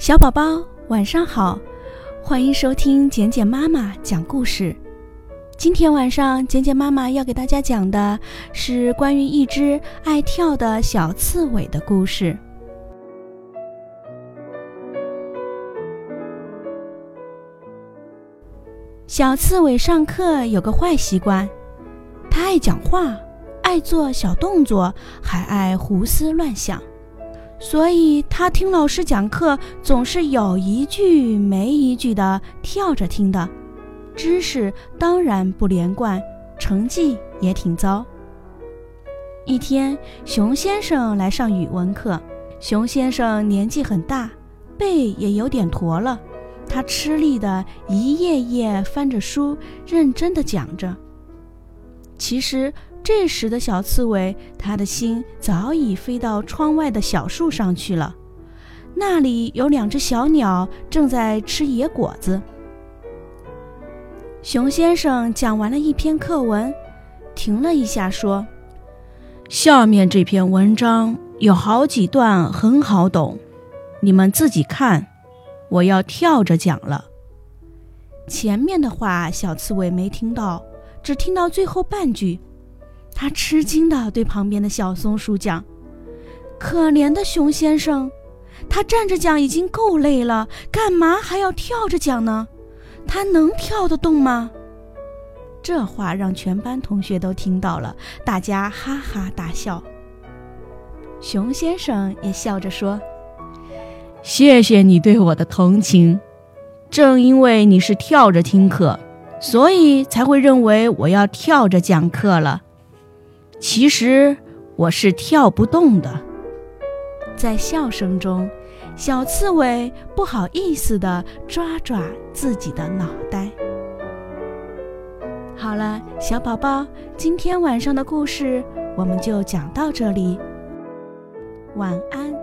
小宝宝晚上好，欢迎收听简简妈妈讲故事。今天晚上简简妈妈要给大家讲的是关于一只爱跳的小刺猬的故事。小刺猬上课有个坏习惯，他爱讲话，爱做小动作，还爱胡思乱想。所以他听老师讲课总是有一句没一句的跳着听的，知识当然不连贯，成绩也挺糟。一天，熊先生来上语文课。熊先生年纪很大，背也有点驼了，他吃力地一页页翻着书，认真地讲着。其实这时的小刺猬，他的心早已飞到窗外的小树上去了，那里有两只小鸟正在吃野果子。熊先生讲完了一篇课文，停了一下说：下面这篇文章有好几段很好懂，你们自己看，我要跳着讲了。前面的话小刺猬没听到，只听到最后半句。他吃惊地对旁边的小松鼠讲：可怜的熊先生，他站着讲已经够累了，干嘛还要跳着讲呢？他能跳得动吗？这话让全班同学都听到了，大家哈哈大笑。熊先生也笑着说：谢谢你对我的同情，正因为你是跳着听课，所以才会认为我要跳着讲课了。其实我是跳不动的。在笑声中，小刺猬不好意思地抓抓自己的脑袋。好了，小宝宝，今天晚上的故事我们就讲到这里，晚安。